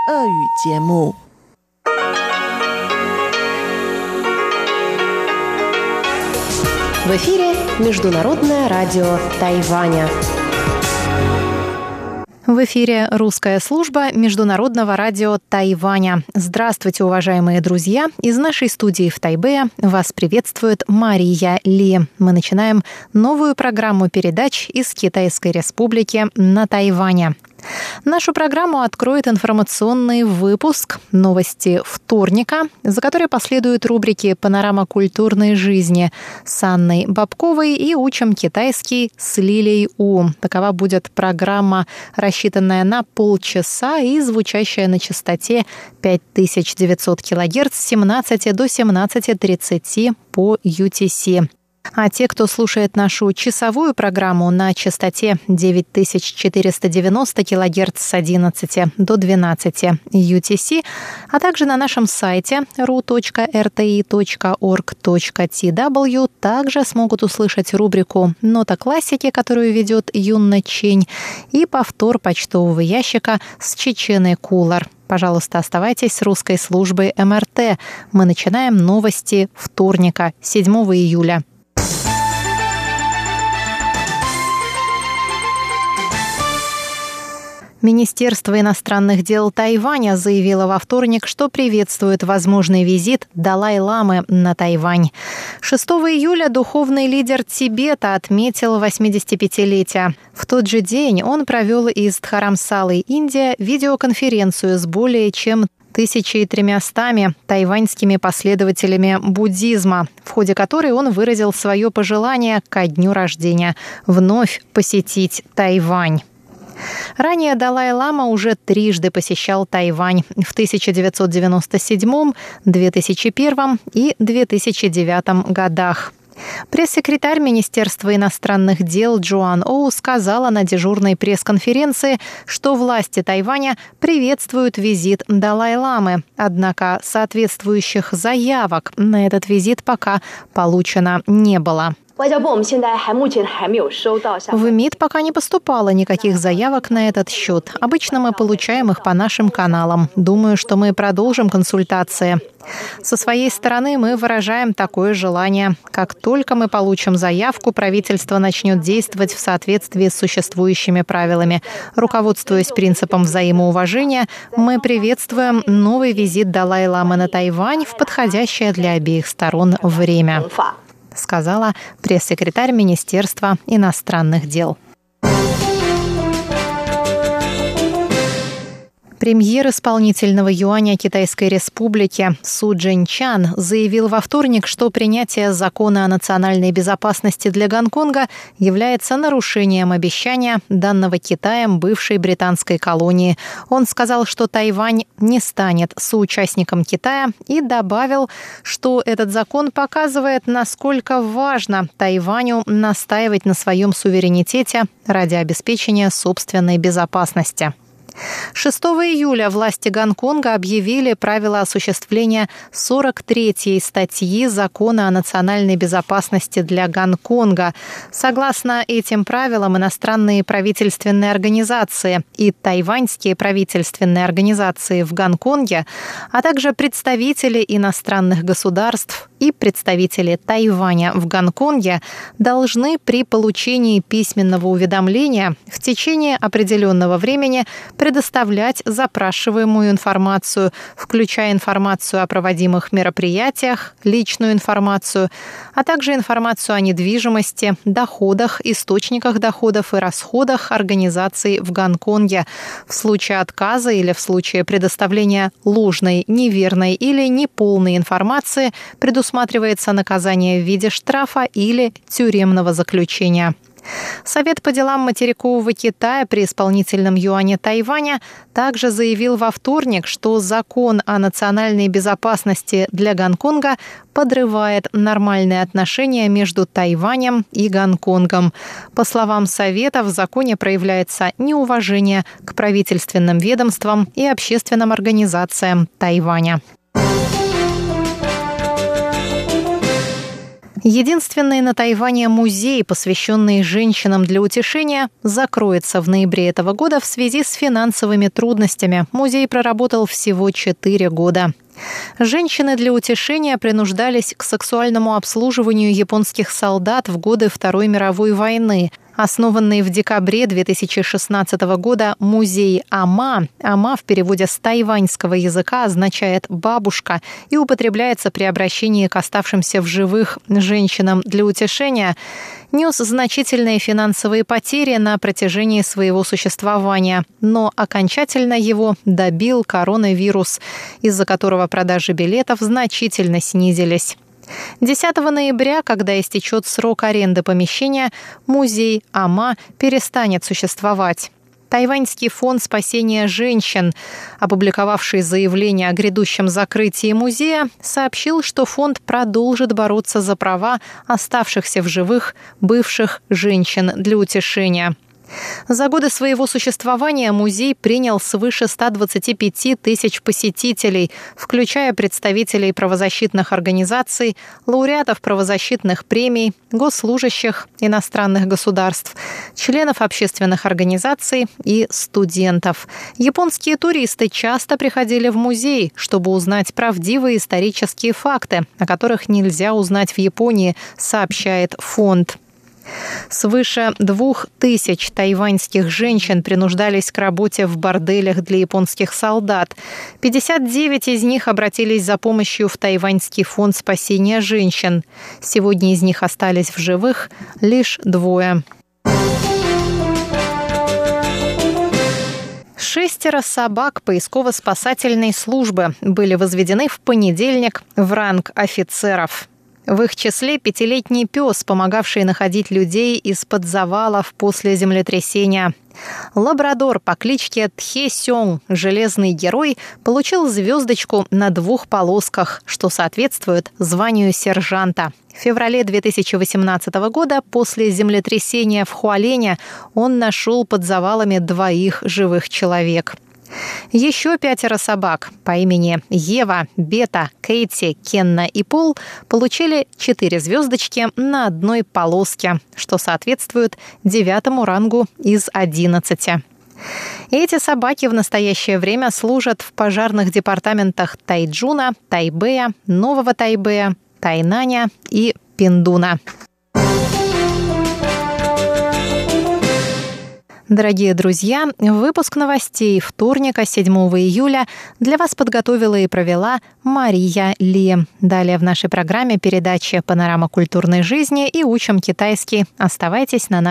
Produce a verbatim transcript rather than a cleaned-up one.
俄语节目。 В эфире Международное радио Тайваня. В эфире русская служба Международного радио Тайваня. Здравствуйте, уважаемые друзья! Из нашей студии в Тайбэе вас приветствует Мария Ли. Мы начинаем новую программу передач из Китайской Республики на Тайване. Нашу программу откроет информационный выпуск «Новости вторника», за которой последуют рубрики «Панорама культурной жизни» с Анной Бабковой и «Учим китайский» с Лилией У. Такова будет программа, рассчитанная на полчаса и звучащая на частоте пять тысяч девятьсот килогерц с семнадцати до семнадцати тридцати по ю ти си. А те, кто слушает нашу часовую программу на частоте девять тысяч четыреста девяносто килогерц с одиннадцати до двенадцати ю ти си, а также на нашем сайте ру точка эр тэ и точка орг точка ти дабл ю, также смогут услышать рубрику «Нота классики», которую ведет Юнна Чень, и повтор почтового ящика с Чеченой Кулар. Пожалуйста, оставайтесь с русской службой эм эр тэ. Мы начинаем новости вторника, седьмого июля. Министерство иностранных дел Тайваня заявило во вторник, что приветствует возможный визит Далай-ламы на Тайвань. шестого июля духовный лидер Тибета отметил восьмидесятипятилетие. В тот же день он провел из Дхарамсалы, Индия, видеоконференцию с более чем тысячей тремястами тайваньскими последователями буддизма, в ходе которой он выразил свое пожелание ко дню рождения вновь посетить Тайвань. Ранее Далай-лама уже трижды посещал Тайвань в тысяча девятьсот девяносто седьмом, две тысячи первом и две тысячи девятом годах. Пресс-секретарь Министерства иностранных дел Джоан Оу сказала на дежурной пресс-конференции, что власти Тайваня приветствуют визит Далай-ламы. Однако соответствующих заявок на этот визит пока получено не было. В МИД пока не поступало никаких заявок на этот счет. Обычно мы получаем их по нашим каналам. Думаю, что мы продолжим консультации. Со своей стороны мы выражаем такое желание. Как только мы получим заявку, правительство начнет действовать в соответствии с существующими правилами. Руководствуясь принципом взаимоуважения, мы приветствуем новый визит Далай-ламы на Тайвань в подходящее для обеих сторон время, сказала пресс-секретарь Министерства иностранных дел. Премьер исполнительного юаня Китайской Республики Су Чжэньчан заявил во вторник, что принятие закона о национальной безопасности для Гонконга является нарушением обещания, данного Китаем бывшей британской колонии. Он сказал, что Тайвань не станет соучастником Китая, и добавил, что этот закон показывает, насколько важно Тайваню настаивать на своем суверенитете ради обеспечения собственной безопасности. шестого июля власти Гонконга объявили правила осуществления сорок третьей статьи Закона о национальной безопасности для Гонконга. Согласно этим правилам, иностранные правительственные организации и тайваньские правительственные организации в Гонконге, а также представители иностранных государств и представители Тайваня в Гонконге должны при получении письменного уведомления в течение определенного времени предоставлять запрашиваемую информацию, включая информацию о проводимых мероприятиях, личную информацию, а также информацию о недвижимости, доходах, источниках доходов и расходах организаций в Гонконге. В случае отказа или в случае предоставления ложной, неверной или неполной информации предусматривается наказание в виде штрафа или тюремного заключения. Совет по делам материкового Китая при исполнительном юане Тайваня также заявил во вторник, что закон о национальной безопасности для Гонконга подрывает нормальные отношения между Тайванем и Гонконгом. По словам Совета, в законе проявляется неуважение к правительственным ведомствам и общественным организациям Тайваня. Единственный на Тайване музей, посвященный женщинам для утешения, закроется в ноябре этого года в связи с финансовыми трудностями. Музей проработал всего четыре года. Женщины для утешения принуждались к сексуальному обслуживанию японских солдат в годы Второй мировой войны. Основанный в декабре две тысячи шестнадцатого года музей Ама, Ама в переводе с тайваньского языка означает «бабушка» и употребляется при обращении к оставшимся в живых женщинам для утешения, нес значительные финансовые потери на протяжении своего существования, но окончательно его добил коронавирус, из-за которого продажи билетов значительно снизились. десятого ноября, когда истечет срок аренды помещения, музей Ама перестанет существовать. Тайваньский фонд спасения женщин, опубликовавший заявление о грядущем закрытии музея, сообщил, что фонд продолжит бороться за права оставшихся в живых бывших женщин для утешения. За годы своего существования музей принял свыше ста двадцати пяти тысяч посетителей, включая представителей правозащитных организаций, лауреатов правозащитных премий, госслужащих иностранных государств, членов общественных организаций и студентов. Японские туристы часто приходили в музей, чтобы узнать правдивые исторические факты, о которых нельзя узнать в Японии, сообщает фонд. Свыше двух тысяч тайваньских женщин принуждались к работе в борделях для японских солдат. пятьдесят девять из них обратились за помощью в Тайваньский фонд спасения женщин. Сегодня из них остались в живых лишь двое. Шестеро собак поисково-спасательной службы были возведены в понедельник в ранг офицеров. В их числе пятилетний пес, помогавший находить людей из-под завалов после землетрясения. Лабрадор по кличке Тхе Сёнг, железный герой, получил звездочку на двух полосках, что соответствует званию сержанта. В феврале две тысячи восемнадцатого года после землетрясения в Хуалене он нашел под завалами двоих живых человек. Еще пятеро собак по имени Ева, Бета, Кейти, Кенна и Пол получили четыре звездочки на одной полоске, что соответствует девятому рангу из одиннадцати. Эти собаки в настоящее время служат в пожарных департаментах Тайчжуна, Тайбэя, Нового Тайбэя, Тайнаня и Пиндуна. Дорогие друзья, выпуск новостей вторника, седьмого июля для вас подготовила и провела Мария Ли. Далее в нашей программе передача «Панорама культурной жизни» и «Учим китайский». Оставайтесь на нашей